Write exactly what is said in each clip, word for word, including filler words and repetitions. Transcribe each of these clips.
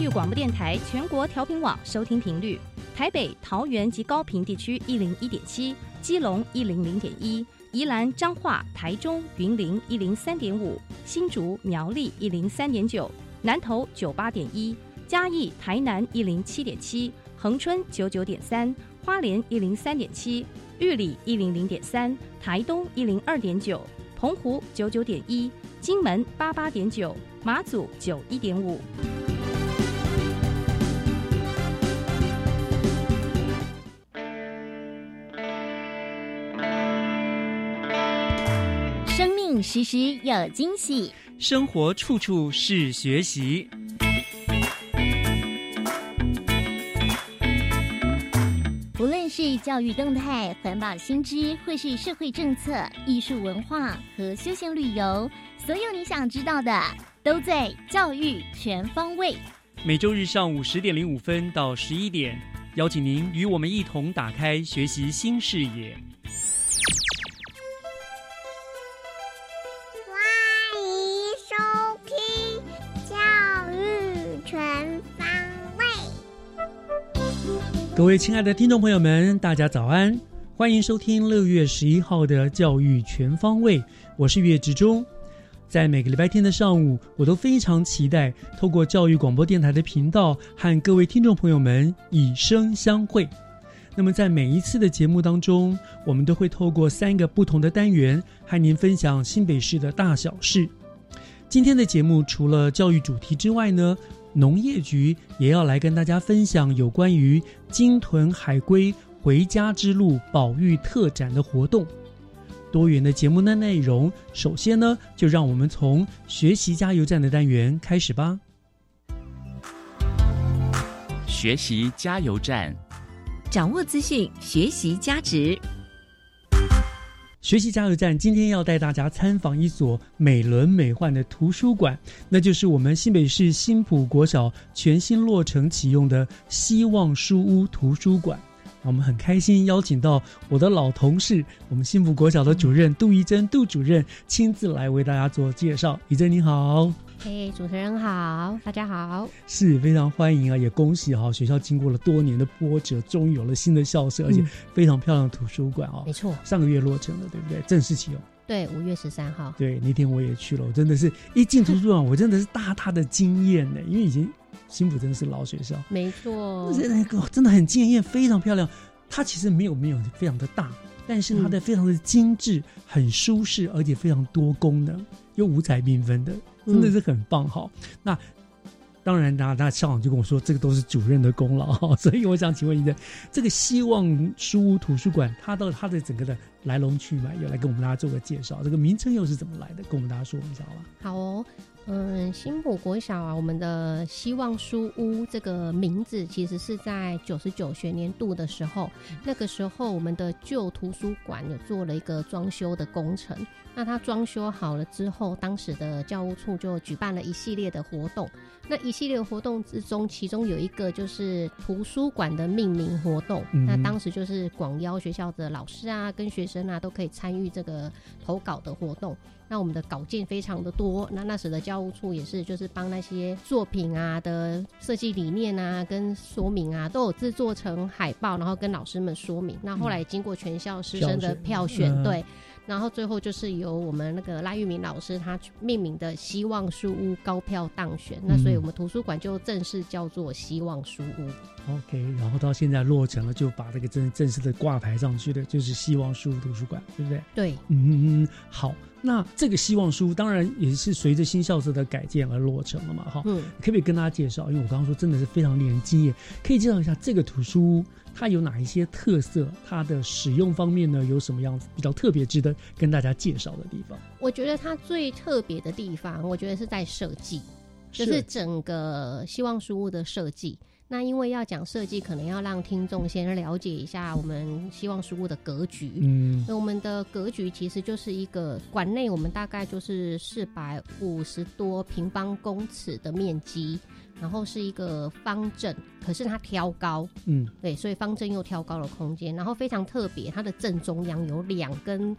育广播电台全国调频网收听频率：台北、桃园及高屏地区一零一点七，基隆一零零点一，宜兰、彰化、台中、云林一零三点五，新竹、苗栗一零三点九，南投九八点一，嘉义、台南一零七点七，恒春九九点三，花莲一零三点七，玉里一零零点三，台东一零二点九，澎湖九九点一，金门八八点九，马祖九一点五。 生命时时有惊喜， 生活处处是学习。 无论是教育动态、环保新知，或是社会政策、艺术文化和休闲旅游，所有你想知道的，都在教育全方位。 每周日上午十点零五分到十一点，邀请您与我们一同打开学习新视野。 欢迎收听教育全方位。 各位亲爱的听众朋友们，大家早安，欢迎收听六月十一号的教育全方位，我是岳志忠。在每个礼拜天的上午，我都非常期待透过教育广播电台的频道和各位听众朋友们以声相会。那么在每一次的节目当中，我们都会透过三个不同的单元和您分享新北市的大小事。今天的节目除了教育主题之外呢，农业局也要来跟大家分享有关于鲸豚海龟回家之路保育特展的活动。多元的节目的内容，首先呢，就让我们从学习加油站的单元开始吧。 学习加油站， 掌握资讯，学习价值。 学习加油站今天要带大家参访一所美轮美奂的图书馆，那就是我们新北市新埔国小全新落成启用的希望书屋图书馆。我们很开心邀请到我的老同事，我们新埔国小的主任杜怡珍杜主任亲自来为大家做介绍。怡珍你好。 嘿、hey, 主持人好，大家好。 是非常欢迎啊，也恭喜哈、啊，学校经过了多年的波折，终于有了新的校舍，而且非常漂亮的图书馆哦。 没错， 上个月落成了，对不对？正式启用。 对，五月十三号。 对，那天我也去了，我真的是一进图书馆，我真的是大大的惊艳呢，因为以前新埔真的是老学校。 没错， 那个真的很惊艳，非常漂亮。它其实没有没有非常的大，但是它的非常的精致，嗯、很舒适，而且非常多功能，又五彩缤纷的，真的是很棒哈、嗯。那当然，那那校长就跟我说，这个都是主任的功劳，所以我想请问一下，这个希望书屋图书馆，它到它的整个的来龙去脉，要来跟我们大家做个介绍，这个名称又是怎么来的，跟我们大家说一下好吧？ 好哦。嗯，新埔国小啊，我们的希望书屋这个名字其实是在九十九学年度的时候，那个时候我们的旧图书馆有做了一个装修的工程。那它装修好了之后，当时的教务处就举办了一系列的活动。那一系列活动之中，其中有一个就是图书馆的命名活动。嗯、那当时就是广邀学校的老师啊，跟学生啊都可以参与这个投稿的活动。那我们的稿件非常的多，那那时的教务处也是就是帮那些作品啊的设计理念啊跟说明啊都有制作成海报，然后跟老师们说明。那后来经过全校师生的票选，嗯、对，然后最后就是由我们那个赖玉明老师他命名的希望书屋高票当选，嗯、那所以我们图书馆就正式叫做希望书屋。 OK， 然后到现在落成了，就把这个正正式的挂牌上去的，就是希望书屋图书馆，对不对？ 对， 嗯嗯，好。那这个希望书当然也是随着新校舍的改建而落成了嘛，哈，嗯，可不可以跟大家介绍？因为我刚刚说真的是非常令人惊艳，可以介绍一下这个图书屋它有哪一些特色？它的使用方面呢有什么样子比较特别值得跟大家介绍的地方？ 我觉得它最特别的地方，我觉得是在设计，就是整个希望书屋的设计。那因为要讲设计，可能要让听众先了解一下我们希望书屋的格局。嗯，我们的格局其实就是一个馆内，我们大概就是四百五十多平方公尺的面积，然后是一个方正，可是它挑高，嗯，对，所以方正又挑高的空间，然后非常特别，它的正中央有两根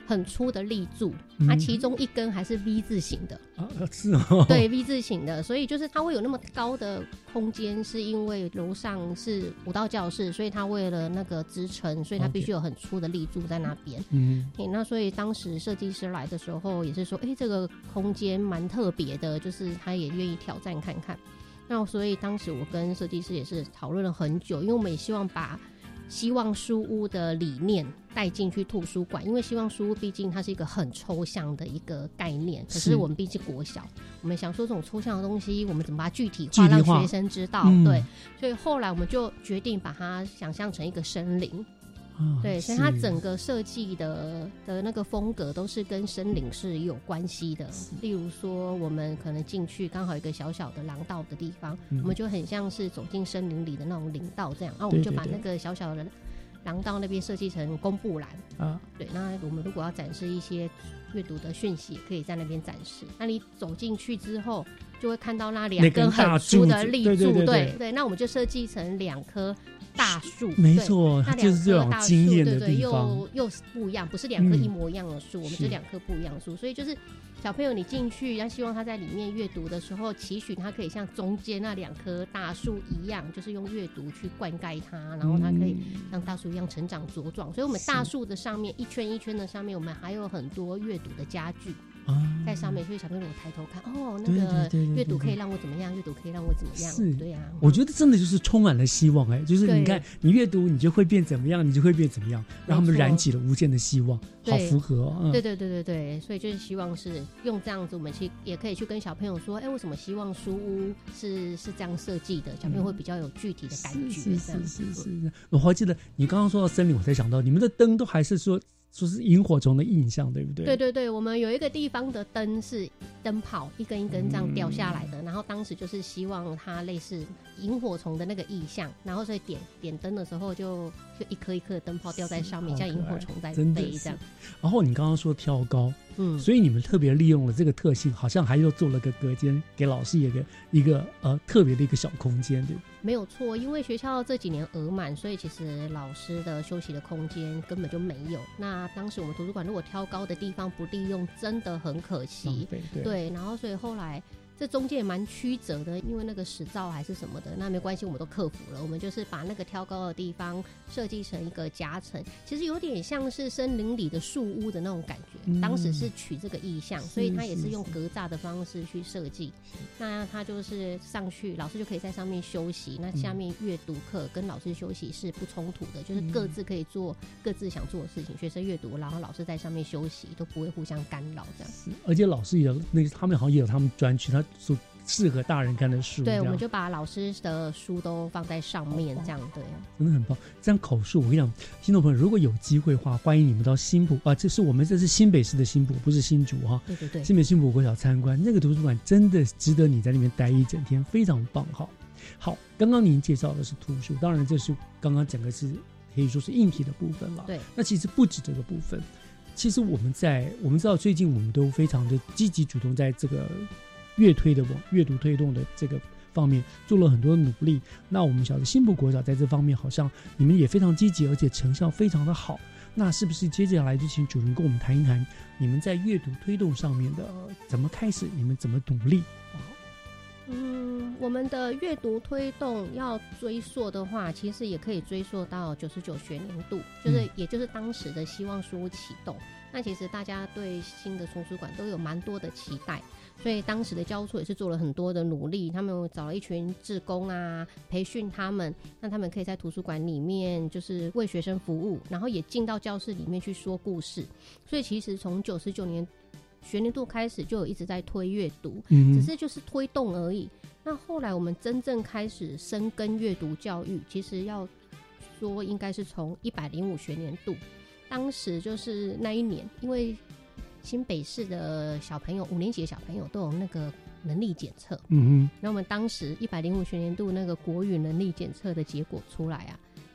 很粗的立柱， 嗯它其中一根还是 V 字形的。 啊，是哦， 对 V 字形的，所以就是它会有那么高的空间，是因为楼上是舞蹈教室，所以它为了那个支撑，所以它必须有很粗的立柱在那边。 嗯， 欸，那所以当时设计师来的时候也是说，哎、欸，这个空间蛮特别的，就是他也愿意挑战看看。那所以当时我跟设计师也是讨论了很久，因为我们也希望把希望书屋的理念带进去图书馆，因为希望书屋毕竟它是一个很抽象的一个概念，可是我们毕竟国小，我们想说这种抽象的东西我们怎么把它具体化，让学生知道、嗯、对，所以后来我们就决定把它想象成一个森林。哦、对，所以它整个设计的的那个风格都是跟森林是有关系的。例如说，我们可能进去刚好一个小小的廊道的地方，嗯、我们就很像是走进森林里的那种林道这样，然、啊、后我们就把那个小小的廊道那边设计成公布栏啊。对，那我们如果要展示一些阅读的讯息，也可以在那边展示。那你走进去之后，就会看到那两根很粗的立柱， 对 对, 对, 对, 对, 对，那我们就设计成两棵大树， 没错，它就是这种惊艳的地方， 对对，又又不一样，不是两棵一模一样的树、嗯，我们就两棵不一样的树，所以就是小朋友你进去，要希望他在里面阅读的时候，期许他可以像中间那两棵大树一样，就是用阅读去灌溉它，然后它可以像大树一样成长茁壮。所以我们大树的上面一圈一圈的上面，我们还有很多阅读的家具。在上面，所以小朋友我抬头看，哦，那个阅读可以让我怎么样？阅读可以让我怎么样？是，对啊。 我觉得真的就是充满了希望，哎，就是你看，你阅读，你就会变怎么样？你就会变怎么样？让他们燃起了无限的希望，好符合哦。 嗯、对对对对对，所以就是希望是用这样子，我们去也可以去跟小朋友说，哎，为什么希望书屋是是这样设计的？小朋友会比较有具体的感觉。 是是是是是。我还记得你刚刚说到森林，我才想到你们的灯都还是说。说是萤火虫的印象，对不对？ 对对对，我们有一个地方的灯是灯泡，一根一根这样掉下来的、嗯、然后当时就是希望它类似萤火虫的那个意象，然后所以点点灯的时候就就一颗一颗的灯泡掉在上面，像萤火虫在飞这样。 然后你刚刚说挑高，嗯，所以你们特别利用了这个特性，好像还又做了个隔间，给老师一个一个呃特别的一个小空间，对不对？ 没有错，因为学校这几年额满，所以其实老师的休息的空间根本就没有。那当时我们图书馆如果挑高的地方不利用，真的很可惜。 对 对, 对，然后所以后来这中间也蛮曲折的，因为那个石造还是什么的，那没关系，我们都克服了。我们就是把那个挑高的地方设计成一个夹层，其实有点像是森林里的树屋的那种感觉。嗯、当时是取这个意象，所以它也是用格栅的方式去设计。那它就是上去，老师就可以在上面休息。那下面阅读课跟老师休息是不冲突的，就是各自可以做各自想做的事情。学生阅读，然后老师在上面休息，都不会互相干扰这样。 而且老师也有那他们好像也有他们专区，他说适合大人看的书。 对，我们就把老师的书都放在上面，这样对、啊， 真的很棒。这样口述，我跟你讲，听众朋友，如果有机会的话，欢迎你们到新埔啊，这是我们这是新北市的新埔，不是新竹哈。 对对对， 新北新埔国小参观那个图书馆，真的值得你在那边待一整天，非常棒哈。好，刚刚您介绍的是图书，当然这是刚刚讲的是可以说是硬体的部分了。 对， 那其实不止这个部分。其实我们在我们知道最近我们都非常的积极主动在这个阅推的阅读推动的这个方面做了很多努力。那我们晓得新埔国小在这方面好像你们也非常积极，而且成效非常的好。那是不是接下来就请主任跟我们谈一谈你们在阅读推动上面的、呃、怎么开始，你们怎么努力？ 嗯，我们的阅读推动要追溯的话，其实也可以追溯到九十九学年度，就是也就是当时的希望书屋启动。那其实大家对新的图书馆都有蛮多的期待，所以当时的教处也是做了很多的努力，他们找了一群志工啊，培训他们，让他们可以在图书馆里面就是为学生服务，然后也进到教室里面去说故事。所以其实从九十九年学年度开始就有一直在推阅读、嗯、只是就是推动而已。那后来我们真正开始深耕阅读教育，其实要说应该是从一百零五学年度，当时就是那一年，因为新北市的小朋友五年级的小朋友都有那个能力检测，嗯哼，那我们当时一百零五学年度那个国语能力检测的结果出来啊，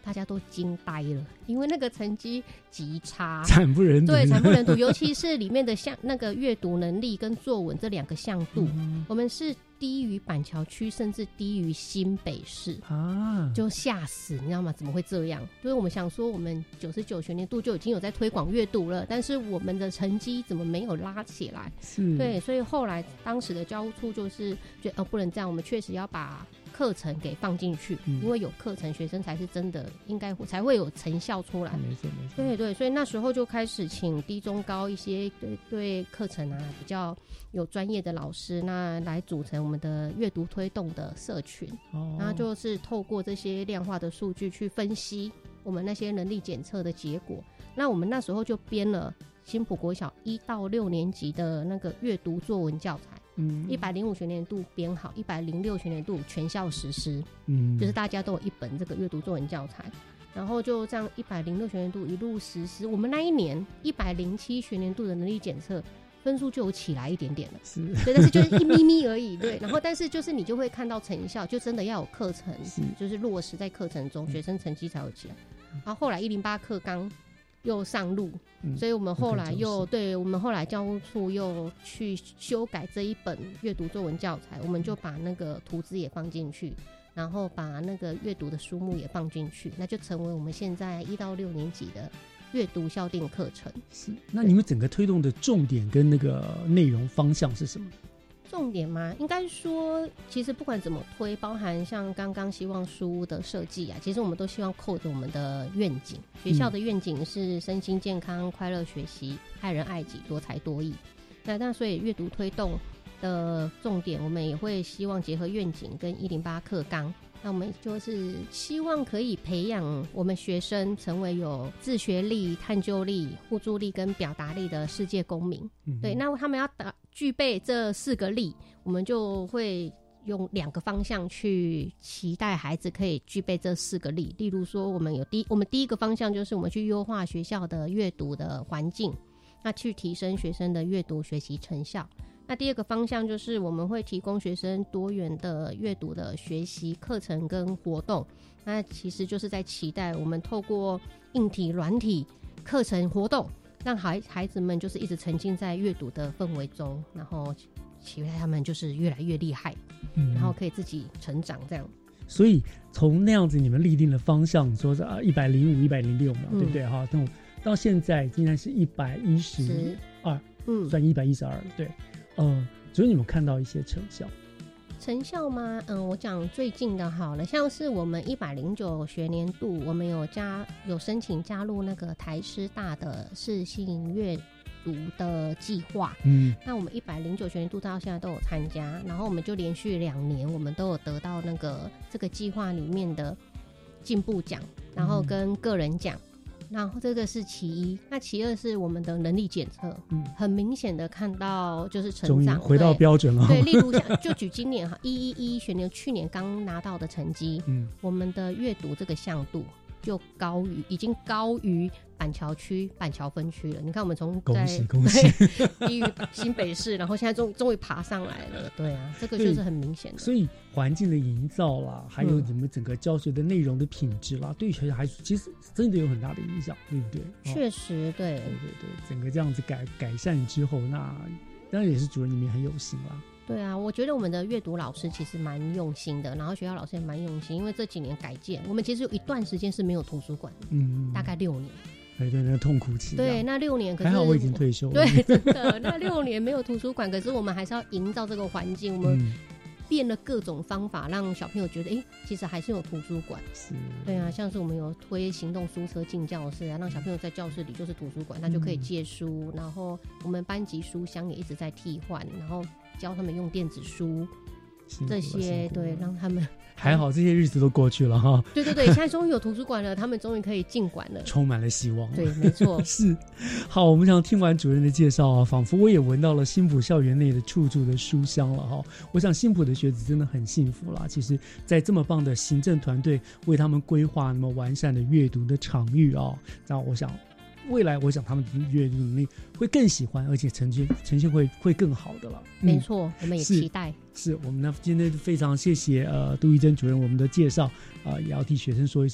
大家都惊呆了，因为那个成绩极差， 惨不忍睹。 对，惨不忍睹，尤其是里面的像那个阅读能力跟作文这两个项度，嗯、我们是低于板桥区，甚至低于新北市啊，就吓死，你知道吗？怎么会这样？所以我们想说，我们九十九学年度就已经有在推广阅读了，但是我们的成绩怎么没有拉起来？是，对，所以后来当时的教务处就是觉得，哦，不能这样，我们确实要把课程给放进去、嗯、因为有课程学生才是真的应该才会有成效出来， 没错没错， 对对，所以那时候就开始请低中高一些对对课程啊比较有专业的老师，那来组成我们的阅读推动的社群、哦、然后就是透过这些量化的数据去分析我们那些能力检测的结果，那我们那时候就编了新埔国小一到六年级的那个阅读作文教材，嗯，一百零五学年度编好，一百零六学年度全校实施，嗯，就是大家都有一本这个阅读作文教材，然后就这样一百零六学年度一路实施。我们那一年一百零七学年度的能力检测分数就有起来一点点了，是，对，但是就是一咪咪而已，对，然后但是就是你就会看到成效，就真的要有课程，就是落实在课程中，学生成绩才有起来。然后后来一零八课纲又上路、嗯、所以我们后来又对我们后来教务处又去修改这一本阅读作文教材，我们就把那个图资也放进去，然后把那个阅读的书目也放进去，那就成为我们现在一到六年级的阅读校订课程。 是，那你们整个推动的重点跟那个内容方向是什么？ 重点吗？应该说其实不管怎么推，包含像刚刚希望书屋的设计啊，其实我们都希望扣着我们的愿景，学校的愿景是身心健康、快乐学习、爱人爱己、多才多艺。那那所以阅读推动的重点，我们也会希望结合愿景跟一零八课纲，那我们就是希望可以培养我们学生成为有自学力、探究力、互助力跟表达力的世界公民、嗯、对，那他们要打具备这四个力，我们就会用两个方向去期待孩子可以具备这四个力。例如说我们有第我们第一个方向就是我们去优化学校的阅读的环境，那去提升学生的阅读学习成效。那第二个方向就是我们会提供学生多元的阅读的学习课程跟活动，那其实就是在期待我们透过硬体软体课程活动，让孩孩子们就是一直沉浸在阅读的氛围中，然后期待他们就是越来越厉害、嗯、然后可以自己成长这样。 所以从那样子你们立定了方向，说是一百零五、一百零六嘛，对不对哈？那到现在竟然是一百一十二，嗯，算一百一十二了，对。呃，只有你们看到一些成效。 成效吗？嗯，我讲最近的好了，像是我们一百零九学年度，我们有加有申请加入那个台师大的适性阅读的计划。嗯，那我们一百零九学年度到现在都有参加，然后我们就连续两年，我们都有得到那个这个计划里面的进步奖，然后跟个人奖。嗯，然后这个是其一，那其二是我们的能力检测、嗯、很明显的看到就是成长， 回到标准了。 对，例如像就举今年哈一一一学年去年刚拿到的成绩、嗯、我们的阅读这个向度就高于已经高于板桥区板桥分区了。你看我们从恭喜恭喜低于新北市，然后现在终终于爬上来了。对啊，这个就是很明显的。 所以环境的营造啦，还有你们整个教学的内容的品质啦、嗯、对学校孩子其实真的有很大的影响，对不对？ 确实，对、 哦、对对对，整个这样子改改善之后，那当然也是主任你们很有心啦。 对啊，我觉得我们的阅读老师其实蛮用心的，然后学校老师也蛮用心，因为这几年改建，我们其实有一段时间是没有图书馆的，嗯，大概六年。 哎，对，那个痛苦期。 对，那六年可是还好我已经退休了。 对，真的，那六年没有图书馆，可是我们还是要营造这个环境，我们变了各种方法，让小朋友觉得，哎、欸，其实还是有图书馆。是。对啊，像是我们有推行动书车进教室啊，让小朋友在教室里就是图书馆，他就可以借书，嗯、然后我们班级书箱也一直在替换，然后教他们用电子书，这些对，让他们还好这些日子都过去了哈。 对对对，现在终于有图书馆了，他们终于可以进馆了， 充满了希望。 对，没错。 是。好，我们想听完主任的介绍啊，仿佛我也闻到了新埔校园内的处处的书香了哈。我想新埔的学子真的很幸福啦。其实，在这么棒的行政团队为他们规划那么完善的阅读的场域啊，那我想。未来我想他们的阅读能力会更喜欢，而且呈现呈现会会更好的了。 没错、嗯，我们也期待。 是, 是我们呢今天非常谢谢呃杜一珍主任我们的介绍啊、呃，也要替学生说一声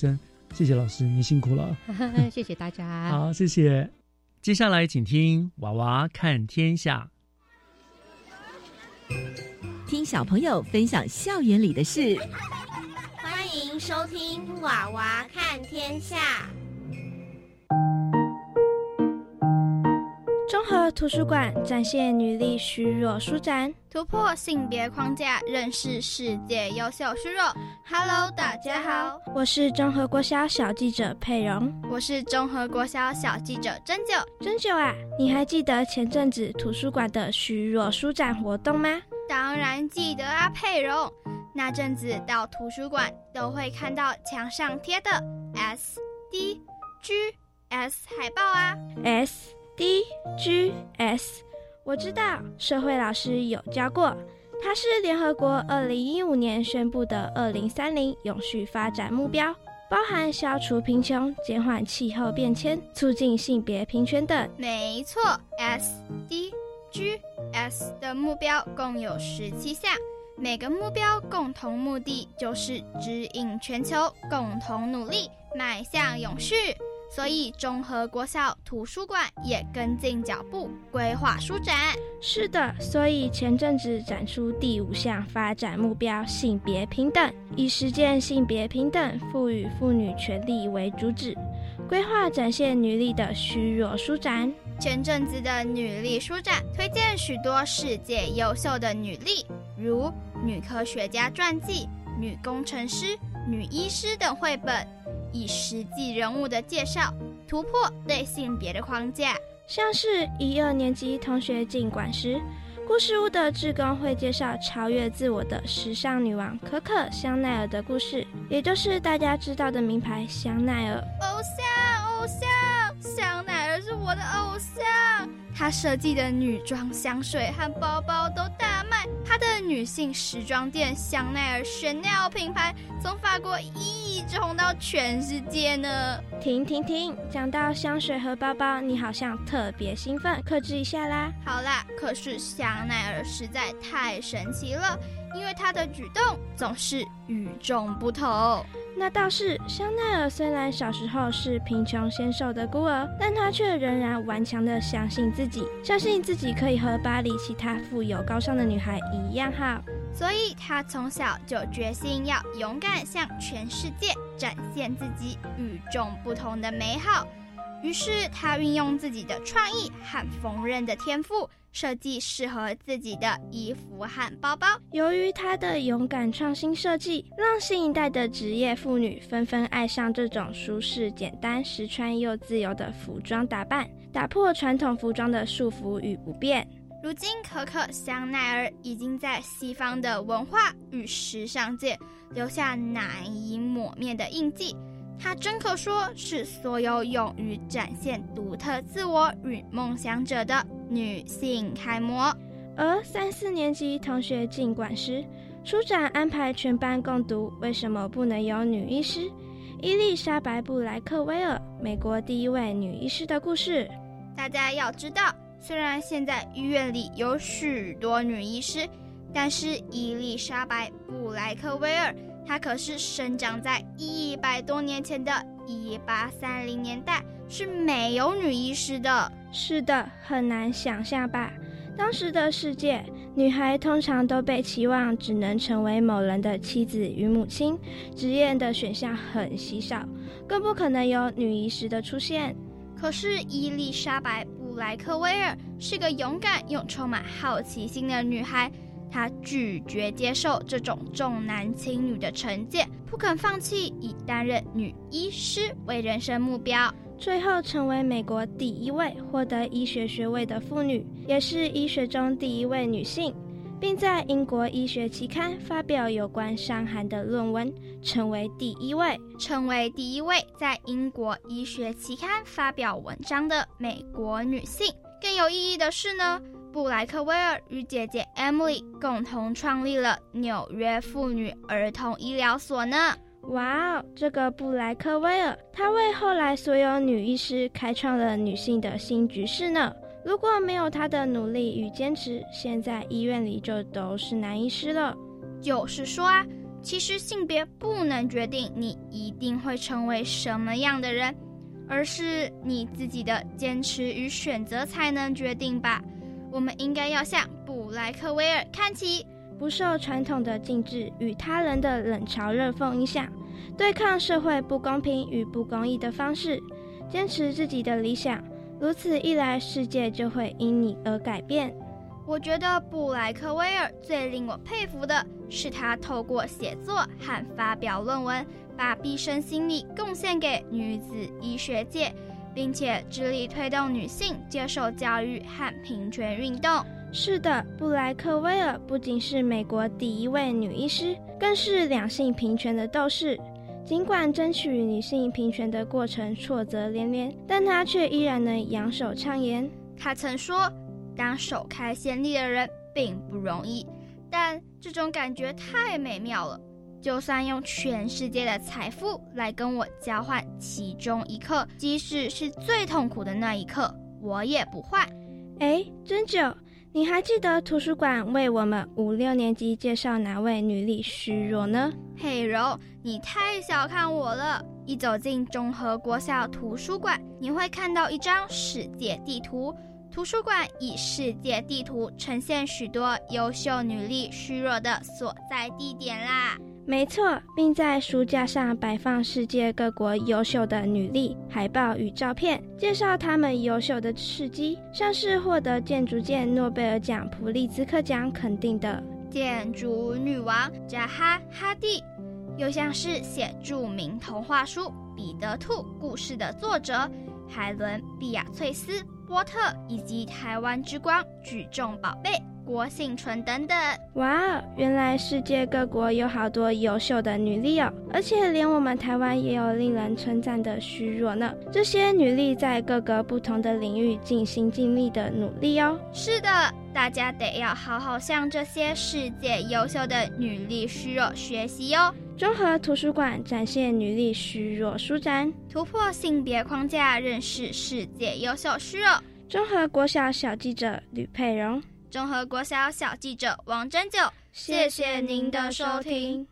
谢谢老师，你辛苦了。 谢谢大家。 好，谢谢。 接下来请听娃娃看天下， 听小朋友分享校园里的事。 欢迎收听娃娃看天下。 中和图书馆展现女力虚弱书展， 突破性别框架，认识世界优秀虚弱。Hello， 大家好， 我是中和国小小记者佩蓉， 我是中和国小小记者珍九。 珍九啊，你还记得前阵子图书馆的虚弱书展活动吗？ 当然记得啊，佩蓉。那阵子到图书馆都会看到墙上贴的 S D G S 海报啊。 S D G S 我知道，社会老师有教过，它是联合国二零一五年宣布的二零三零永续发展目标，包含消除贫穷、减缓气候变迁、促进性别平权等。 没错， S D G S 的目标共有十七项，每个目标共同目的就是指引全球共同努力迈向永续。所以中和国小图书馆也跟进脚步，规划书展。 是的，所以前阵子展出第五项发展目标性别平等，以实践性别平等、赋予妇女权利为主旨，规划展现女力的虚弱书展。 前阵子的女力书展推荐许多世界优秀的女力，如女科学家传记、女工程师、女医师等绘本，以实际人物的介绍突破对性别的框架。 像是一二年级同学进馆时，故事屋的志工会介绍超越自我的时尚女王可可香奈儿的故事，也就是大家知道的名牌香奈儿。 偶像偶像，香奈儿是我的偶像，她设计的女装、香水和包包都大卖，她的女性时装店香奈儿 Chanel 品牌从法国一直红到全世界呢。 停停停，讲到香水和包包，你好像特别兴奋，克制一下啦。 好啦，可是香奈儿实在太神奇了，因为她的举动总是与众不同。 那倒是，香奈儿虽然小时候是贫穷纤瘦的孤儿，但她却仍然顽强地相信自己，相信自己可以和巴黎其他富有高尚的女孩一样好。 所以她从小就决心要勇敢向全世界展现自己与众不同的美好。于是她运用自己的创意和缝纫的天赋，设计适合自己的衣服和包包。 由于她的勇敢创新设计，让新一代的职业妇女纷纷爱上这种舒适、简单、实穿又自由的服装打扮，打破传统服装的束缚与不便。 如今可可香奈儿已经在西方的文化与时尚界留下难以抹灭的印记，她真可说是所有勇于展现独特自我与梦想者的女性楷模。 而三四年级同学进馆时，书展安排全班共读《为什么不能有女医师》伊丽莎白布莱克威尔，美国第一位女医师的故事。 大家要知道，虽然现在医院里有许多女医师，但是伊丽莎白布莱克威尔她可是生长在一百多年前的一八三零年代，是没有女医师的。 是的，很难想象吧？当时的世界，女孩通常都被期望只能成为某人的妻子与母亲，职业的选项很稀少，更不可能有女医师的出现。 可是伊丽莎白布莱克威尔是个勇敢又充满好奇心的女孩，她拒绝接受这种重男轻女的成见，不肯放弃以担任女医师为人生目标， 最后成为美国第一位获得医学学位的妇女，也是医学中第一位女性，并在英国医学期刊发表有关伤寒的论文，成为第一位成为第一位在英国医学期刊发表文章的美国女性。更有意义的是呢，布莱克威尔与姐姐 Emily 共同创立了纽约妇女儿童医疗所呢。 哇哦，这个布莱克威尔，她为后来所有女医师开创了女性的新局势呢。如果没有她的努力与坚持，现在医院里就都是男医师了。 就是说啊， 其实性别不能决定你一定会成为什么样的人，而是你自己的坚持与选择才能决定吧。我们应该要向布莱克威尔看齐， 不受传统的禁制与他人的冷嘲热讽影响，对抗社会不公平与不公义的方式，坚持自己的理想，如此一来，世界就会因你而改变。 我觉得布莱克威尔最令我佩服的是他透过写作和发表论文，把毕生心力贡献给女子医学界，并且致力推动女性接受教育和平权运动。 是的，布莱克威尔不仅是美国第一位女医师，更是两性平权的斗士。尽管争取女性平权的过程挫折连连，但她却依然能扬手畅言。 她曾说，当首开先例的人并不容易，但这种感觉太美妙了，就算用全世界的财富来跟我交换其中一刻，即使是最痛苦的那一刻，我也不换。 哎，真久，你还记得图书馆为我们五六年级介绍哪位女力虚弱呢？ 佩柔，你太小看我了。一走进中和国小图书馆，你会看到一张世界地图。图书馆以世界地图呈现许多优秀女力虚弱的所在地点啦。 没错，并在书架上摆放世界各国优秀的女力海报与照片，介绍她们优秀的事迹，像是获得建筑界诺贝尔奖普利兹克奖肯定的建筑女王扎哈哈蒂，又像是写著名童话书《彼得兔》故事的作者海伦·碧亚翠斯波特，以及台湾之光举重宝贝郭幸纯等等。 哇，原来世界各国有好多优秀的女力哦，而且连我们台湾也有令人称赞的虚弱呢。这些女力在各个不同的领域尽心尽力的努力哦。 是的，大家得要好好向这些世界优秀的女力虚弱学习哦。 中和图书馆展现女力虚弱书展， 突破性别框架，认识世界优秀虚弱。 中和国小小记者吕佩蓉， 中和国小小记者王珍九， 谢谢您的收听。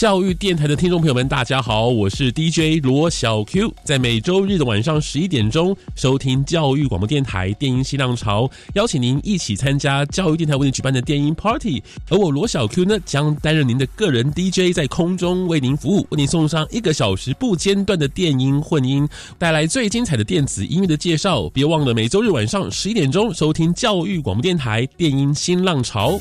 教育电台的听众朋友们，大家好，我是 D J 罗小 Q， 在每周日的晚上十一点钟收听教育广播电台电音新浪潮，邀请您一起参加教育电台为您举办的电音 Party， 而我罗小 Q 呢，将担任您的个人 D J， 在空中为您服务，为您送上一个小时不间断的电音混音，带来最精彩的电子音乐的介绍。别忘了每周日晚上十一点钟收听教育广播电台电音新浪潮。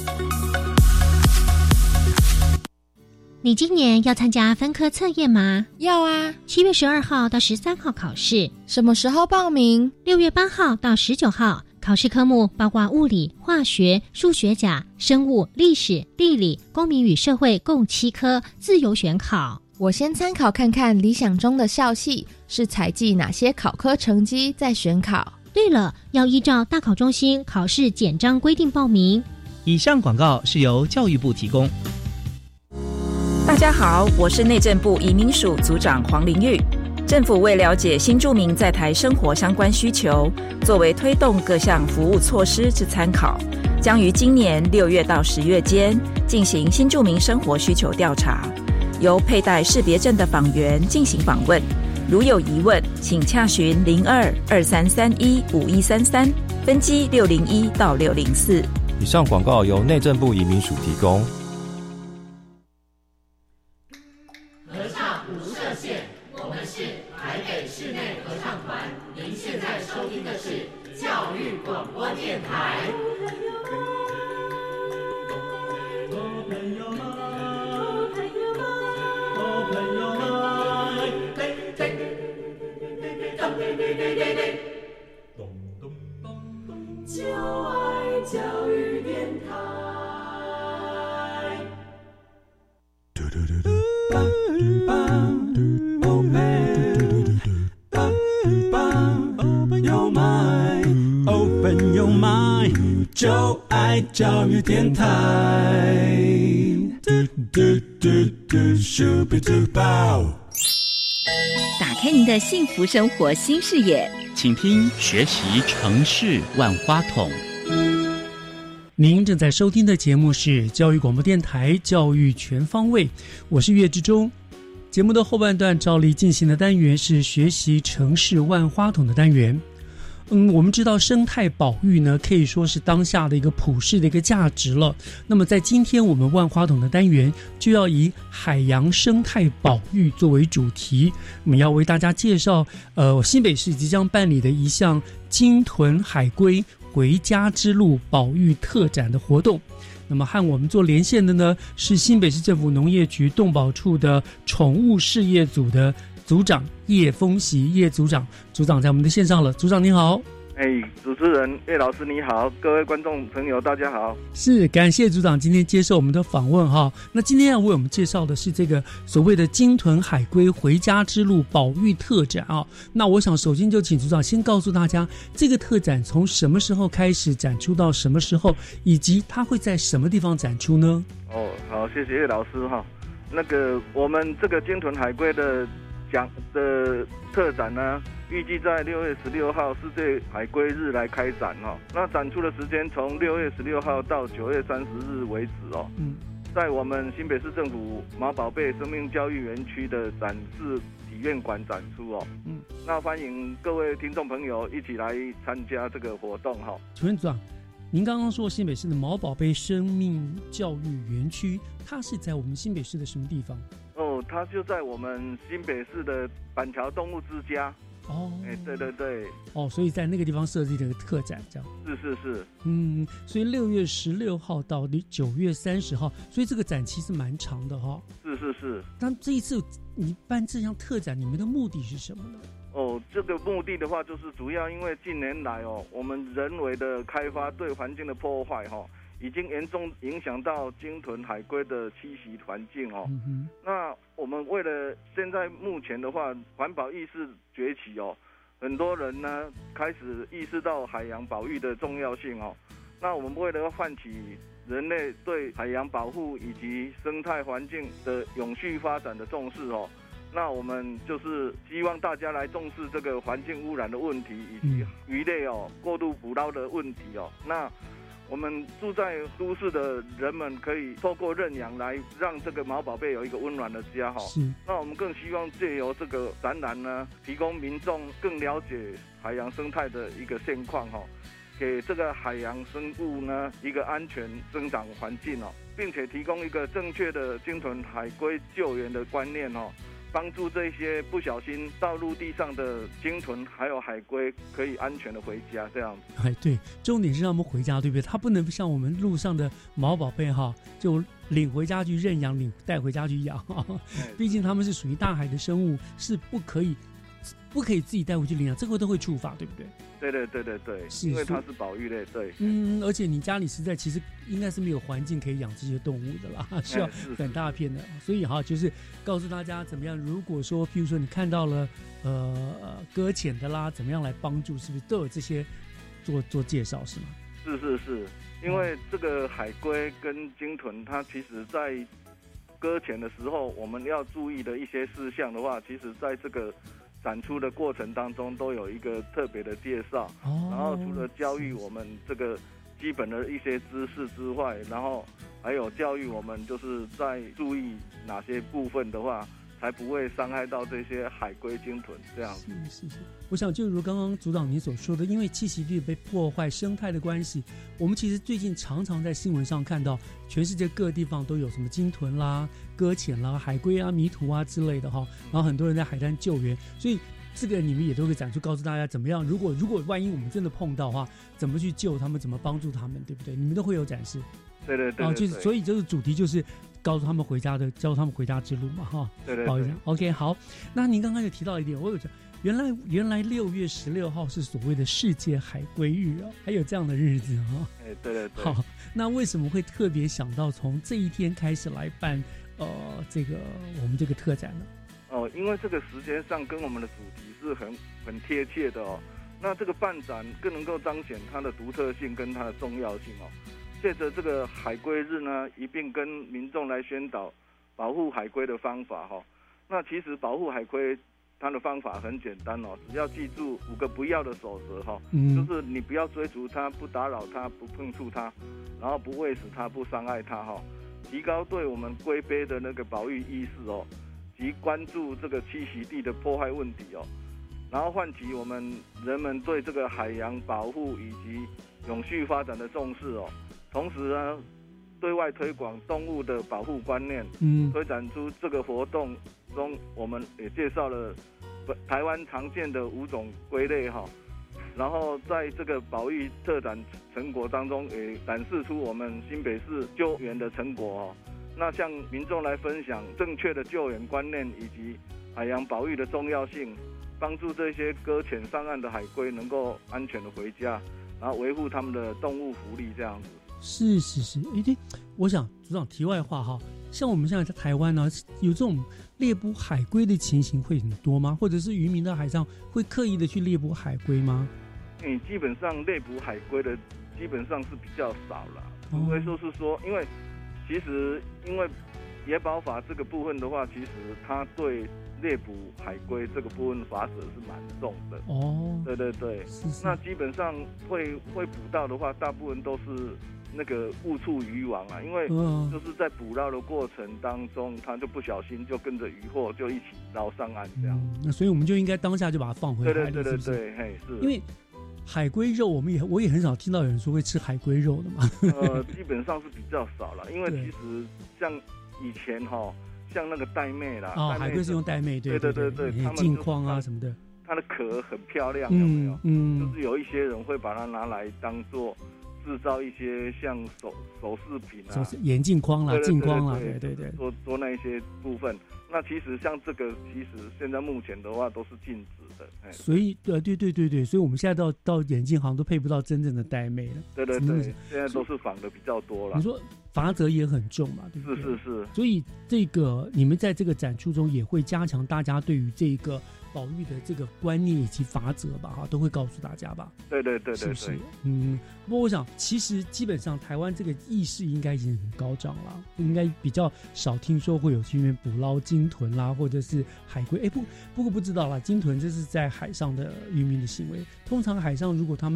你今年要参加分科测验吗？ 要啊， 七月十二号到十三号考试。 什么时候报名？ 六月八号到十九号。考试科目包括物理、化学、数学甲、生物、历史、地理、公民与社会共七科，自由选考。 我先参考看看理想中的校系是采集哪些考科成绩再选考。 对了，要依照大考中心考试简章规定报名。 以上广告是由教育部提供。 大家好，我是内政部移民署组长黄玲玉。政府为了解新住民在台生活相关需求，作为推动各项服务措施之参考，将于今年六月到十月间进行新住民生活需求调查，由佩戴识别证的访员进行访问。如有疑问，请洽询零二二三三一五一三三，分机六零一到六零四。 以上广告由内政部移民署提供。 合唱无设限，我们是台北室内合唱团。您现在收听的是教育广播电台。就爱教育电台。Open your mind, open your mind， 就爱教育电台。 打开您的幸福生活新视野， 请听学习城市万花筒。 您正在收听的节目是教育广播电台教育全方位，我是岳志忠。节目的后半段照例进行的单元是学习城市万花筒的单元。嗯，我们知道生态保育呢，可以说是当下的一个普世的一个价值了。那么在今天我们万花筒的单元就要以海洋生态保育作为主题，我们要为大家介绍呃新北市即将办理的一项鲸豚海龟回家之路保育特展的活动。那么和我们做连线的呢，是新北市政府农业局动保处的宠物事业组的组长叶丰喜叶组长。组长在我们的线上了，组长您好。 哎，主持人叶老师你好，各位观众朋友大家好。 是，感谢组长今天接受我们的访问哈。那今天要为我们介绍的是这个所谓的鲸豚海龟回家之路保育特展啊。那我想首先就请组长先告诉大家，这个特展从什么时候开始展出到什么时候，以及它会在什么地方展出呢？ 哦，好，谢谢叶老师哈。那个我们这个鲸豚海龟的讲的特展呢，预计在六月十六号世界海龟日来开展哈。那展出的时间从六月十六号到九月三十日为止哦。嗯，在我们新北市政府毛宝贝生命教育园区的展示体验馆展出哦。嗯，那欢迎各位听众朋友一起来参加这个活动哈。 请问组长，您刚刚说新北市的毛宝贝生命教育园区，它是在我们新北市的什么地方？ 哦，它就在我们新北市的板桥动物之家。哦，哎，对对对， 哦，所以在那个地方设计了一个特展，这样。 是是是， 嗯，所以六月十六号到九月三十号，所以这个展期是蛮长的哈、哦。 是是是。 但这一次你办这项特展，你们的目的是什么呢？ 哦，这个目的的话，就是主要因为近年来哦，我们人为的开发对环境的破坏哈、哦，已经严重影响到鲸豚海龟的栖息环境哦。嗯、那我们为了现在目前的话，环保意识崛起哦，很多人呢开始意识到海洋保育的重要性哦。那我们为了要唤起人类对海洋保护以及生态环境的永续发展的重视哦。那我们就是希望大家来重视这个环境污染的问题，以及鱼类哦过度捕捞的问题哦。那我们住在都市的人们可以透过认养来让这个毛宝贝有一个温暖的家哈。 是。 那我们更希望借由这个展览呢，提供民众更了解海洋生态的一个现况哈，给这个海洋生物呢一个安全生长环境哦，并且提供一个正确的鲸豚海龟救援的观念哦。帮助这些不小心到陆地上的鲸豚还有海龟可以安全的回家，这样子。 哎，对，重点是让他们回家，对不对？他不能像我们路上的毛宝贝哈，就领回家去认养，领带回家去养哈。毕竟他们是属于大海的生物，是不可以不可以自己带回去领养，这个都会触法，对不对？ 对对对对对，因为它是保育类，对。 嗯，而且你家里实在其实应该是没有环境可以养这些动物的啦，需要很大片的，所以哈，就是告诉大家怎么样。如果说，譬如说你看到了呃搁浅的啦，怎么样来帮助，是不是都有这些做做介绍是吗？ 是是是，因为这个海龟跟鲸豚，它其实在搁浅的时候，我们要注意的一些事项的话，其实在这个展出的过程当中都有一个特别的介绍，哦、然后除了教育我们这个基本的一些知识之外，然后还有教育我们就是在注意哪些部分的话，才不会伤害到这些海龟、鲸豚这样子。 是是是，我想就如刚刚组长您所说的，因为栖息地被破坏、生态的关系，我们其实最近常常在新闻上看到，全世界各地方都有什么鲸豚啦、搁浅啦、海龟啊、迷途啊之类的哈，然后很多人在海滩救援，所以这个你们也都会展出，告诉大家怎么样。如果如果万一我们真的碰到的话，怎么去救他们，怎么帮助他们，对不对？你们都会有展示。 对对 对, 对, 对、 哦、就是所以这个主题就是告诉他们回家的，教他们回家之路嘛，哈。 对对对。 OK， 好。那您刚刚有提到一点，我有讲，原来原来六月十六号是所谓的世界海龟日哦，还有这样的日子哈、哦。 哎，对对对。 好，那为什么会特别想到从这一天开始来办呃这个我们这个特展呢？ 哦，因为这个时间上跟我们的主题是很很贴切的哦。那这个办展更能够彰显它的独特性跟它的重要性哦。借着这个海龟日呢，一并跟民众来宣导保护海龟的方法哈、哦。那其实保护海龟它的方法很简单哦，只要记住五个不要的守则哈、哦，嗯、就是你不要追逐它，不打扰它，不碰触它，然后不喂食它，不伤害它哈、哦，提高对我们龟鳖的那个保育意识哦，及关注这个栖息地的破坏问题哦，然后唤起我们人们对这个海洋保护以及永续发展的重视哦。同时呢，对外推广动物的保护观念，嗯，推展出这个活动中，我们也介绍了台湾常见的五种龟类哈，然后在这个保育特展成果当中，也展示出我们新北市救援的成果哦。那向民众来分享正确的救援观念以及海洋保育的重要性，帮助这些搁浅上岸的海龟能够安全的回家，然后维护他们的动物福利这样子。 是是是，哎对，我想组长题外话哈，像我们现在在台湾呢、啊，有这种猎捕海龟的情形会很多吗？或者是渔民在海上会刻意的去猎捕海龟吗？ 嗯，基本上猎捕海龟的基本上是比较少了，除非说是说，因为其实因为野保法这个部分的话，其实它对猎捕海龟这个部分法则是蛮重的哦。对对对，是是，那基本上会会捕到的话，大部分都是那个误触渔网啊，因为就是在捕捞的过程当中，他就不小心就跟着渔获就一起捞上岸这样、嗯。那所以我们就应该当下就把它放回来。 对对对对对， 对嘿是。 因为海龟肉，我们也我也很少听到有人说会吃海龟肉的嘛。 呃，基本上是比较少了，因为其实像以前哈、哦，像那个带妹啦， 哦，海龟是用带妹，对对对对对， 镜框啊什么的， 它的壳很漂亮，有没有？嗯，就是有一些人会把它拿来当做制造一些像首首饰品啊， 眼镜框啦、镜框啦，对对对， 做做那一些部分。那其实像这个，其实现在目前的话都是禁止的。 所以呃，对对对对，所以我们现在到到眼镜行都配不到真正的带妹了。 对对对，现在都是仿的比较多了。 你说罚则也很重嘛，对不对？ 是是是。 所以这个你们在这个展出中也会加强大家对于这个保育的这个观念以及法则吧，哈，都会告诉大家吧。 对对对对对， 是不是？嗯，不过我想，其实基本上台湾这个意识应该已经很高涨了，应该比较少听说会有去那边捕捞鲸豚啦，或者是海龟。哎，不，不过不知道啦，鲸豚这是在海上的渔民的行为。通常海上如果他们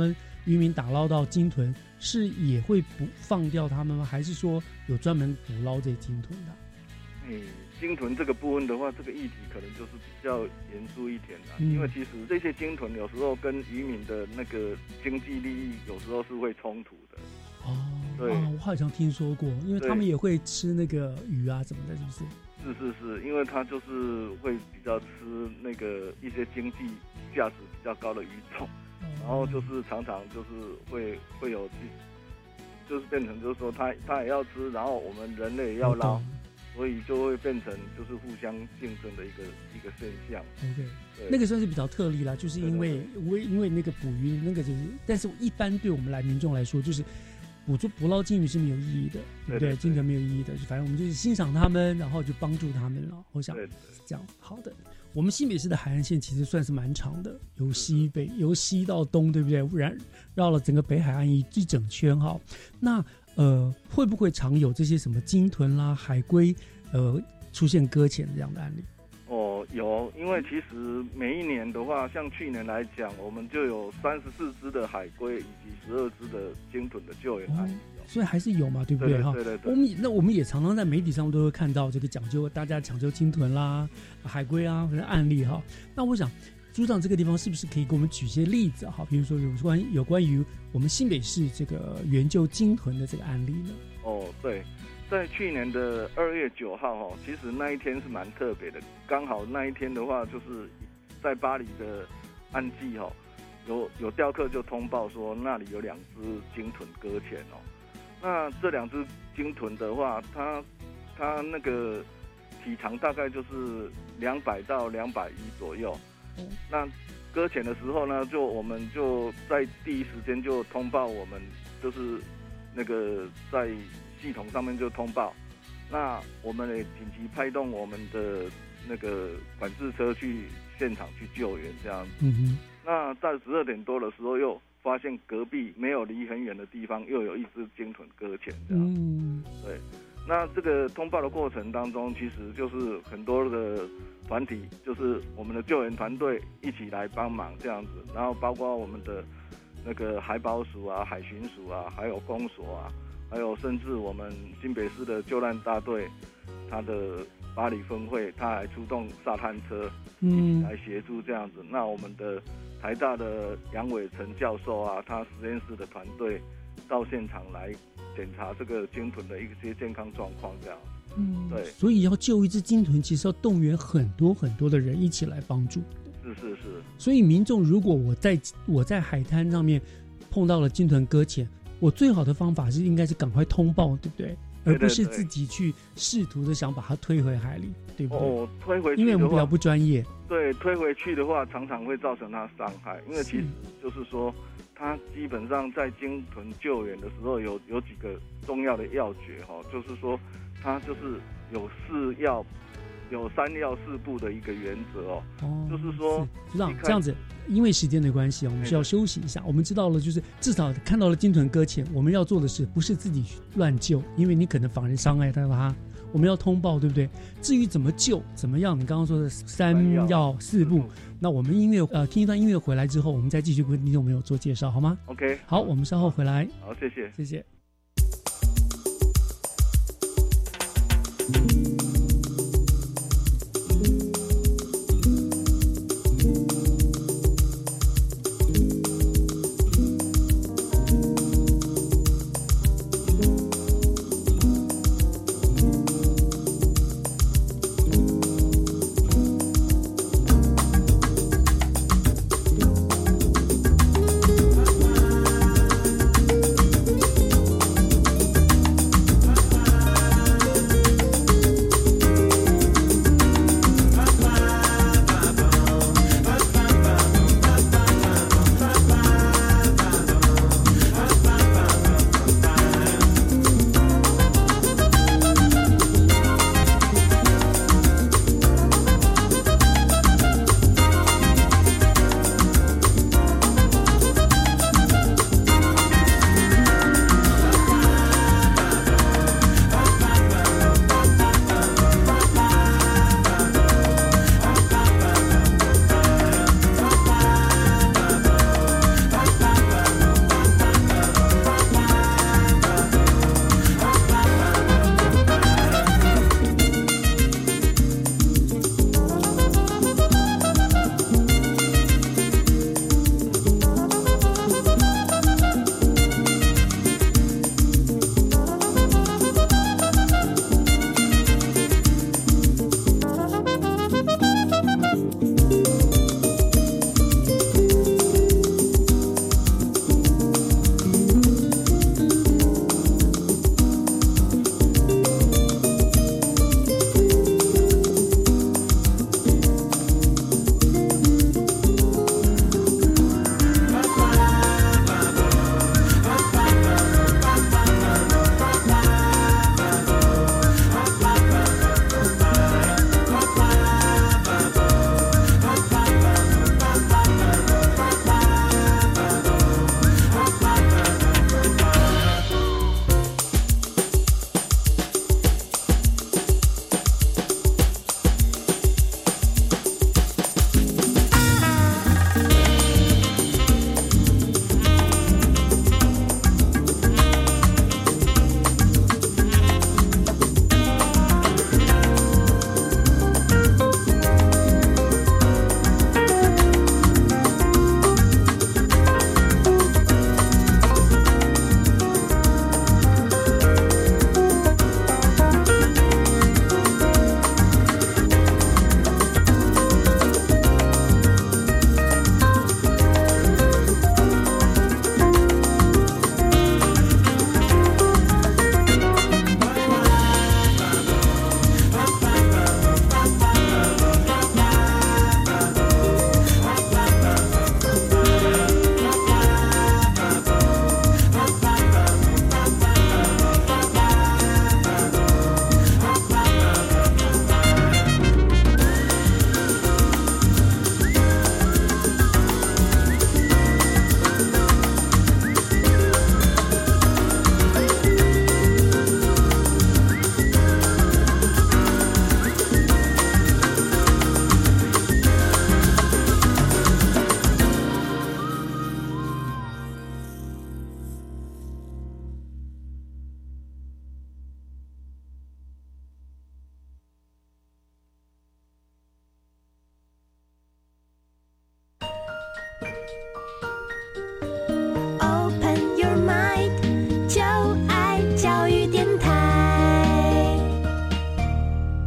渔民打捞到鲸豚，是也会捕放掉它们吗？还是说有专门捕捞这些鲸豚的？ 嗯，鲸豚这个部分的话，这个议题可能就是比较严肃一点的、 嗯， 因为其实这些鲸豚有时候跟渔民的那个经济利益有时候是会冲突的。 哦， 对、 啊，我好像听说过，因为他们也会吃那个鱼啊什么的，是不是？ 是是是，因为它就是会比较吃那个一些经济价值比较高的鱼种， 哦、 然后就是常常就是会会有，就是变成就是说它它也要吃，然后我们人类也要捞，所以就会变成就是互相竞争的一个一个现象。 OK， 那个算是比较特例啦，就是因为为因为那个捕鱼那个就是，但是一般对我们来民众来说，就是捕捉捕捞鲸鱼是没有意义的，对不对？鲸豚没有意义的，反正我们就是欣赏他们，然后就帮助他们了。我想是这样。好的，我们新北市的海岸线其实算是蛮长的，由西北由西到东，对不对？然绕了整个北海岸一一整圈哈。那呃，会不会常有这些什么鲸豚啦、海龟呃出现搁浅这样的案例？ 哦，有，因为其实每一年的话，像去年来讲，我们就有三十四只的海龟以及十二只的鲸豚的救援案例、哦哦，所以还是有嘛，对不对？哈， 对对对。 我们那我们也常常在媒体上都会看到这个讲究，大家抢救鲸豚啦、海龟啊或者案例哈。那我想，组长这个地方是不是可以给我们举些例子哈？比如说有关有关于我们新北市这个援救鲸豚的这个案例呢？ 哦，对。在去年的二月九号哈，其实那一天是蛮特别的，刚好那一天的话，就是在巴黎的岸际哈，有有钓客就通报说那里有两只鲸豚搁浅哦。那这两只鲸豚的话，它它那个体长大概就是两百到两百一左右。嗯、那搁浅的时候呢，就我们就在第一时间就通报我们就是那个在系统上面就通报，那我们也紧急派动我们的那个管制车去现场去救援，这样子。 嗯哼。 那在十二点多的时候，又发现隔壁没有离很远的地方，又有一只鲸豚搁浅，这样。 嗯。 对。那这个通报的过程当中，其实就是很多的团体，就是我们的救援团队一起来帮忙这样子，然后包括我们的那个海保署啊、海巡署啊，还有公所啊。还有甚至我们新北市的救难大队，他的巴黎分会，他还出动沙滩车一起来协助这样子。嗯、那我们的台大的杨伟成教授啊，他实验室的团队到现场来检查这个鲸豚的一些健康状况，这样。 嗯， 对。 所以要救一只鲸豚，其实要动员很多很多的人一起来帮助。 是是是。 所以民众如果我在我在海滩上面碰到了鲸豚搁浅，我最好的方法是应该是赶快通报，对不对？而不是自己去试图的想把它推回海里，对不对？ 哦，推回去， 因为我们比较不专业。 对，推回去的话，常常会造成它伤害，因为其实就是说，它基本上在鲸豚救援的时候有有几个重要的要诀哈、哦，就是说，它就是有四要。有三要四不的一个原则哦，哦就是说， 组长这样子，因为时间的关系，我们需要休息一下。我们知道了，就是至少看到了鲸豚搁浅，我们要做的是不是自己乱救，因为你可能反而伤害到它。我们要通报，对不对？至于怎么救，怎么样，你刚刚说的三要四不，那我们音乐呃听一段音乐回来之后，我们再继续跟听众朋友做介绍，好吗 ？OK， 好，我们稍后回来。 好，谢谢， 谢谢。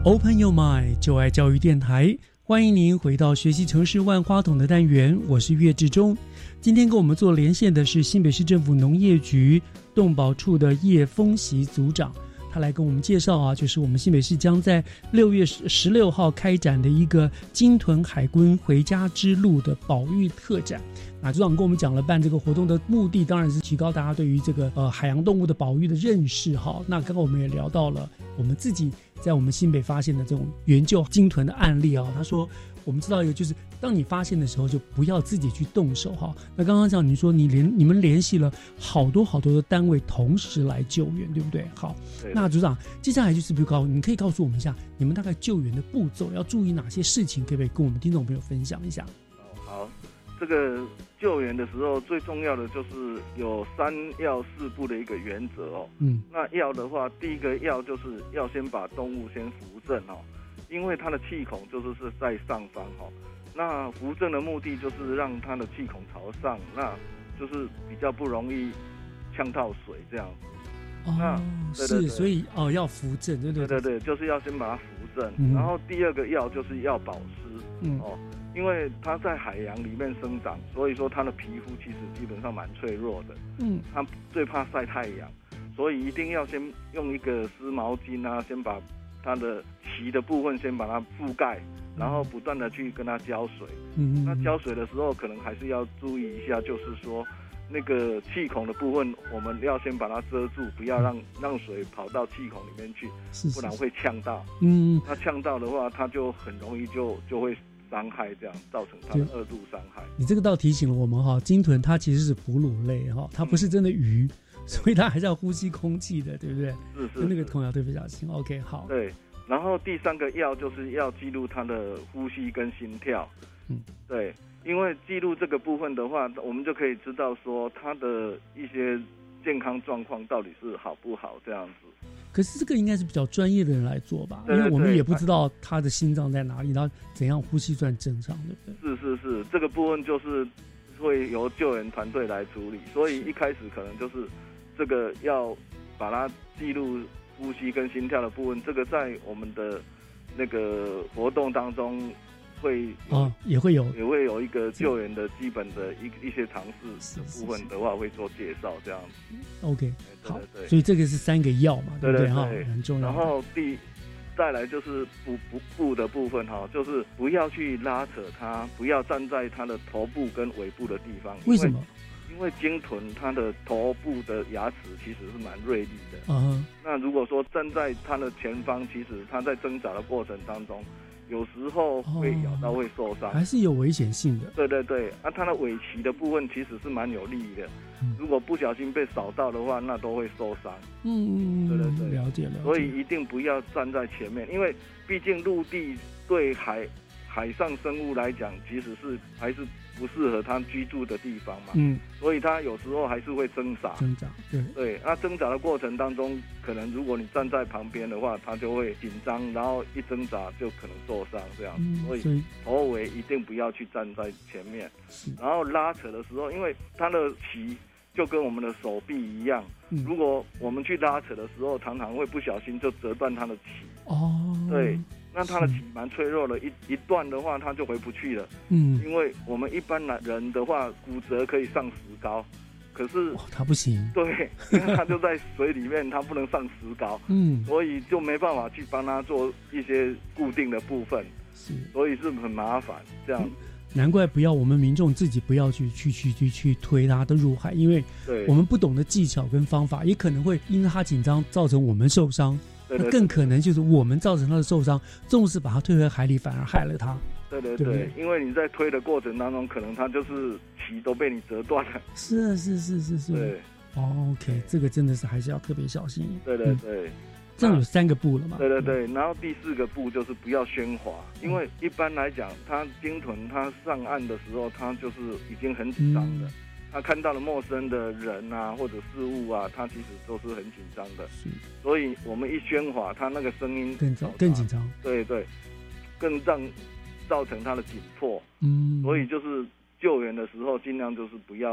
Open Your Mind， 就爱教育电台，欢迎您回到学习城市万花筒的单元，我是岳志忠。今天跟我们做连线的是新北市政府农业局动保处的叶丰习组长，他来跟我们介绍啊，就是我们新北市将在六月十六号开展的一个鲸豚海龟回家之路的保育特展。那组长跟我们讲了办这个活动的目的，当然是提高大家对于这个呃海洋动物的保育的认识哈。那刚刚我们也聊到了我们自己在我们新北发现的这种援救鲸豚的案例啊。他说我们知道一个就是当你发现的时候就不要自己去动手哈。那刚刚讲你说你联你们联系了好多好多的单位同时来救援，对不对？好，那组长接下来就是比如告你可以告诉我们一下你们大概救援的步骤要注意哪些事情，可不可以跟我们听众朋友分享一下？ 好，这个救援的时候最重要的就是有三要四不的一个原则哦。嗯，那要的话，第一个要就是要先把动物先扶正哦，因为它的气孔就是是在上方哦。那扶正的目的就是让它的气孔朝上，那就是比较不容易呛到水这样子。 哦，那对对对是，所以哦要扶正，对对对对对，就是要先把它扶正。嗯、然后第二个要就是要保湿，嗯哦。因为它在海洋里面生长，所以说它的皮肤其实基本上蛮脆弱的。嗯，它最怕晒太阳，所以一定要先用一个湿毛巾啊，先把它的鳍的部分先把它覆盖，然后不断的去跟它浇水。嗯，那浇水的时候可能还是要注意一下，就是说那个气孔的部分，我们要先把它遮住，不要让让水跑到气孔里面去，是是是不然会呛到。嗯，那呛到的话，它就很容易就就会伤害，这样造成它的二度伤害。 你这个倒提醒了我们哈，鲸豚它其实是哺乳类哈，它不是真的鱼，嗯、所以它还是要呼吸空气的，对不对？是是是，那个空要特别小心。OK， 好。 对，然后第三个要就是要记录它的呼吸跟心跳。嗯，对，因为记录这个部分的话，我们就可以知道说它的一些健康状况到底是好不好这样子。 可是这个应该是比较专业的人来做吧，对对对，因为我们也不知道他的心脏在哪里，然后怎样呼吸算正常，对不对？是是是， 这个部分就是会由救援团队来处理，所以一开始可能就是这个要把它记录呼吸跟心跳的部分，这个在我们的那个活动当中会哦也会有也会有一个救援的基本的一一些常识的部分的话会做介绍这样子。 OK， 好，对对对，所以这个是三个要嘛，对不对哈？很重要。 然后第再来就是不不不的部分哈，就是不要去拉扯它，不要站在它的头部跟尾部的地方。 为什么？ 因为鲸豚它的头部的牙齿其实是蛮锐利的。嗯、uh-huh. 那如果说站在它的前方，其实它在挣扎的过程当中，有时候会咬到，会受伤， 还是有危险性的。 对对对，啊，它的尾鳍的部分其实是蛮有力的，嗯、如果不小心被扫到的话，那都会受伤。嗯嗯，对对对， 了解了解。 所以一定不要站在前面，因为毕竟陆地对海海上生物来讲，其实是还是不适合它居住的地方嘛。嗯，所以它有时候还是会挣扎。 挣扎，对对。那挣扎的过程当中，可能如果你站在旁边的话，它就会紧张，然后一挣扎就可能受伤这样子。嗯、所以头尾一定不要去站在前面。然后拉扯的时候，因为它的鳍就跟我们的手臂一样，嗯、如果我们去拉扯的时候，常常会不小心就折断它的鳍。哦，对。那它的鳍蛮脆弱的，一一断的话，它就回不去了。嗯，因为我们一般人的话，骨折可以上石膏，可是它不行。 对，因为它就在水里面，它不能上石膏。嗯，所以就没办法去帮它做一些固定的部分。是，所以是很麻烦这样。 难怪不要我们民众自己不要去去去去去推它的入海，因为我们不懂的技巧跟方法，也可能会因为它紧张造成我们受伤。对对对，那更可能就是我们造成他的受伤，纵使把他推回海里，反而害了他。 对对 对, 对, 对，因为你在推的过程当中，可能他就是鳍都被你折断了。 是是是是是。对、哦、，OK， 这个真的是还是要特别小心。 对对对，嗯、 这样有三个步了嘛？ 对对对，然后第四个步就是不要喧哗，因为一般来讲，它鲸豚它上岸的时候，它就是已经很紧张的。嗯，他看到了陌生的人啊，或者事物啊，他其实都是很紧张的。是，所以我们一喧哗，他那个声音更更紧张。 对对，更让造成他的紧迫。嗯，所以就是救援的时候，尽量就是不要不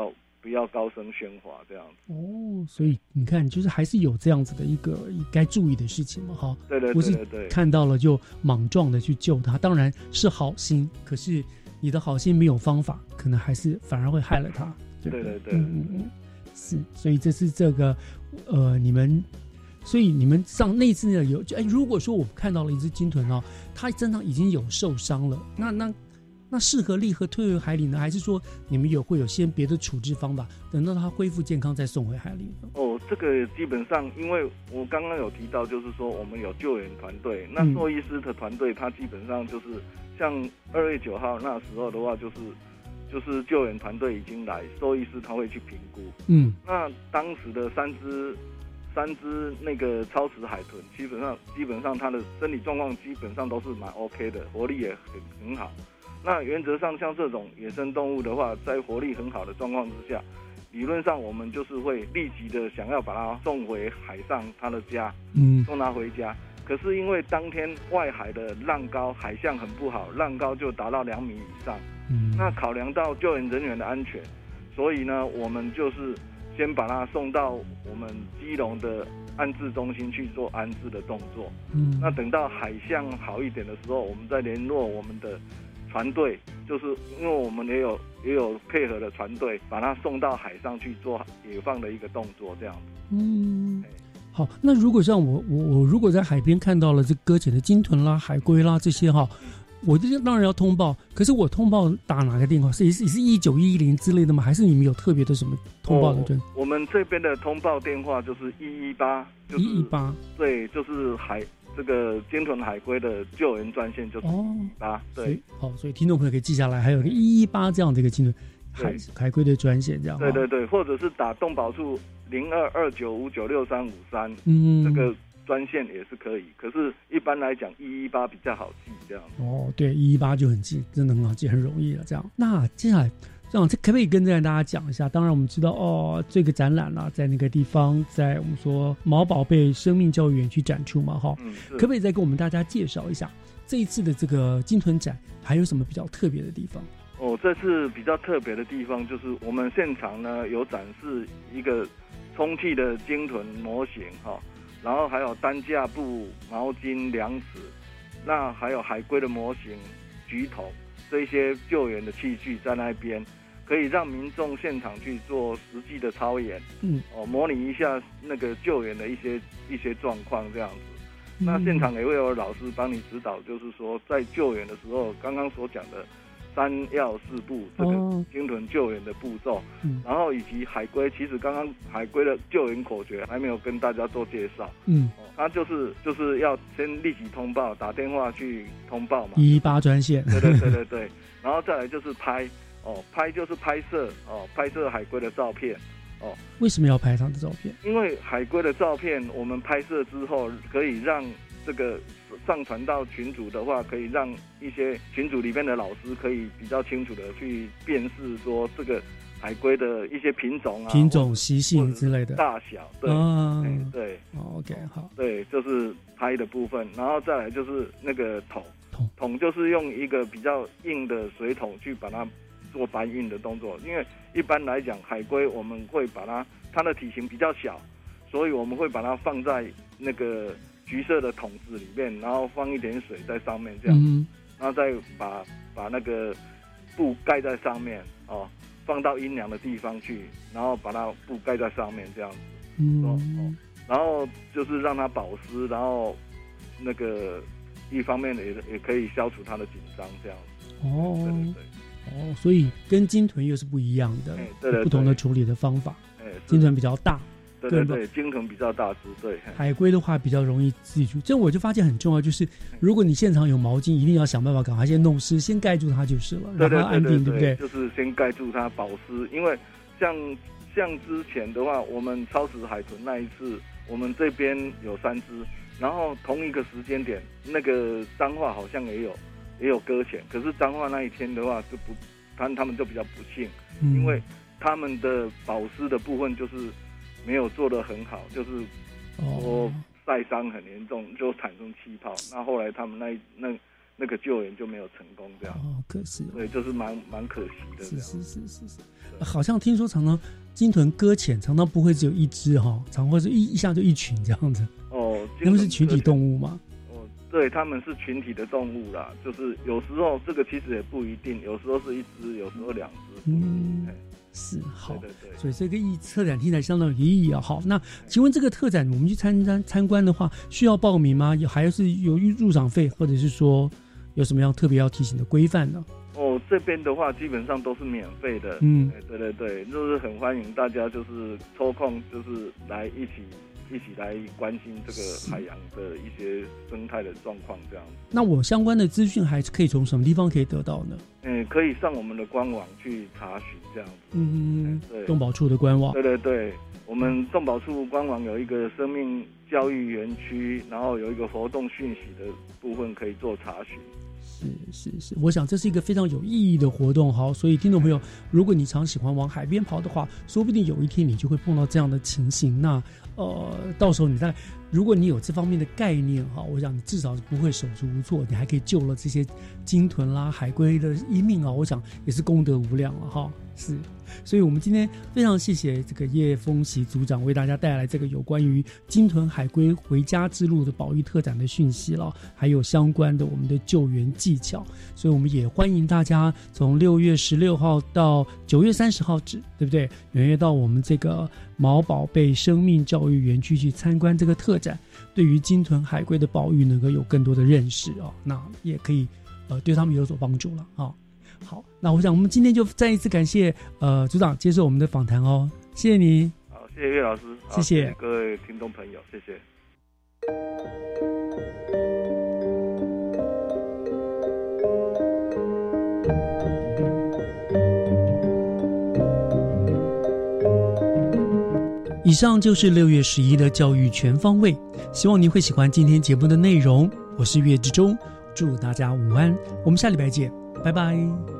不要高声喧哗这样子。 哦，所以你看，就是还是有这样子的一个该注意的事情嘛，哈。 对对对对对， 不是看到了就莽撞的去救他，当然是好心，可是你的好心没有方法，可能还是反而会害了他。对对对对， 嗯嗯嗯，是，所以这是这个呃，你们。所以你们上那次呢有，哎，如果说我们看到了一只鲸豚哦，它身上已经有受伤了，那那那适合立刻退回海里呢，还是说你们有会有些别的处置方法，等到它恢复健康再送回海里呢？ 哦，这个基本上，因为我刚刚有提到，就是说我们有救援团队，那兽医师的团队，他基本上就是像二月九号那时候的话，就是。就是救援团队已经来，兽医师他会去评估。嗯，那当时的三只三只那个超齿海豚，基本上基本上它的身体状况基本上都是蛮 OK 的，活力也很很好。那原则上像这种野生动物的话，在活力很好的状况之下，理论上我们就是会立即的想要把它送回海上它的家，嗯，送它回家。可是因为当天外海的浪高，海象很不好，浪高就达到两米以上。嗯，那考量到救援人员的安全，所以呢，我们就是先把它送到我们基隆的安置中心去做安置的动作。嗯，那等到海象好一点的时候，我们再联络我们的船队，就是因为我们也有也有配合的船队，把它送到海上去做野放的一个动作，这样子。 嗯。好，那如果像我我我如果在海边看到了这搁浅的鲸豚啦、海龟啦这些哈，我这当然要通报。可是我通报打哪个电话？是也是也是一九一零之类的吗？还是你们有特别的什么通报的人？ 哦，我们这边的通报电话就是一一八，就是一一八， 对，就是海这个鲸豚海龟的救援专线就是一一八，对。 好，所以听众朋友可以记下来，还有个一一八这样的一个鲸豚海海龟的专线，这样。 对对对，或者是打动保处。零二二九五九六三五三，嗯，这个专线也是可以，可是一般来讲一一八比较好记，这样。 哦，对，一一八就很记，真的很好记，很容易了。这样，那接下来这样，这可不可以跟大家讲一下？当然我们知道哦，这个展览啦，在那个地方，在我们说毛宝贝生命教育园区展出嘛，哈，嗯，可不可以再跟我们大家介绍一下这一次的这个鲸豚展还有什么比较特别的地方？ 哦，这次比较特别的地方就是我们现场呢有展示一个。充气的鲸豚模型哈，然后还有担架布、毛巾、量尺，那还有海龟的模型、举桶，这些救援的器具在那边，可以让民众现场去做实际的操演，嗯，哦，模拟一下那个救援的一些一些状况这样子。嗯，那现场也会有老师帮你指导，就是说在救援的时候，刚刚所讲的。三要四步这个鲸豚救援的步骤，嗯，然后以及海龟，其实刚刚海龟的救援口诀还没有跟大家做介绍，嗯，哦，它就是就是要先立即通报，打电话去通报嘛， 一一八专线， 对对对对对，然后再来就是拍，哦，拍就是拍摄，哦，拍摄海龟的照片，哦， 为什么要拍它的照片？ 因为海龟的照片我们拍摄之后，可以让这个。上传到群组的话，可以让一些群组里面的老师可以比较清楚的去辨识说这个海龟的一些品种啊、 品种、习性之类的大小，对， 啊、 对、 哦、，OK， 好， 对，就是拍的部分，然后再来就是那个桶，桶桶就是用一个比较硬的水桶去把它做搬运的动作，因为一般来讲海龟我们会把它它的体型比较小，所以我们会把它放在那个。橘色的桶子里面，然后放一点水在上面，这样，嗯、然后再把把那个布盖在上面，哦，放到阴凉的地方去，然后把它布盖在上面，这样子，嗯、哦，然后就是让它保湿，然后那个一方面也也可以消除它的紧张，这样子。 哦，对对对，哦，所以跟鲸豚又是不一样的， 哎、对对对， 不同的处理的方法。哎，鲸豚比较大。 对对对，鲸豚比较大只，对。 海龟的话比较容易自己出，这我就发现很重要，就是如果你现场有毛巾，一定要想办法赶快先弄湿，先盖住它就是了， 对对对对让它安定，对不对？ 就是先盖住它保湿，因为像像之前的话，我们超齿海豚那一次，我们这边有三只，然后同一个时间点，那个彰化好像也有也有搁浅，可是彰化那一天的话就不，他他们就比较不幸，嗯、因为他们的保湿的部分就是。没有做得很好，就是说晒伤很严重，就产生气泡。那后来他们那那那个救援就没有成功，这样。 哦，可惜。 对，就是蛮蛮可惜的。 是是是是是。好像听说常常鲸豚搁浅，常常不会只有一只哈，常会是一一下就一群这样子。 哦， 他们是群体动物吗？ 哦，对，他们是群体的动物啦，就是有时候这个其实也不一定，有时候是一只，有时候两只。 嗯。是好， 对对对， 所以这个意特展听起来相当有意义啊。好，那请问这个特展我们去参参参观的话，需要报名吗？有还是有入场费，或者是说有什么样特别要提醒的规范呢？ 哦，这边的话基本上都是免费的。 嗯， 对对对，就是很欢迎大家就是抽空就是来一起一起来关心这个海洋的一些生态的状况这样。 那我相关的资讯还是可以从什么地方可以得到呢？ 嗯，可以上我们的官网去查询这样子。 嗯， 对， 动保处的官网。 对对对，我们动保处官网有一个生命教育园区，然后有一个活动讯息的部分可以做查询。 是是是，我想这是一个非常有意义的活动。好，所以听众朋友，如果你常喜欢往海边跑的话，说不定有一天你就会碰到这样的情形。那呃，到时候你在，如果你有这方面的概念哈，我想你至少不会手足无措，你还可以救了这些鲸豚啦、海龟的一命啊，我想也是功德无量了哈。是，所以我们今天非常谢谢这个叶丰喜组长为大家带来这个有关于鲸豚海龟回家之路的保育特展的讯息了，还有相关的我们的救援技巧。所以我们也欢迎大家从六月十六号到九月三十号止，对不对？踊跃到我们这个毛宝贝生命教育园区去参观这个特展，对于鲸豚海龟的保育能够有更多的认识哦，那也可以呃对他们有所帮助了啊。哦，好，那我想我们今天就再一次感谢呃组长接受我们的访谈哦，谢谢你。 好，谢谢岳老师， 谢谢， 谢谢各位听众朋友，谢谢。 以上就是六月十一的教育全方位，希望您会喜欢今天节目的内容。我是岳志忠，祝大家午安，我们下礼拜见，拜拜。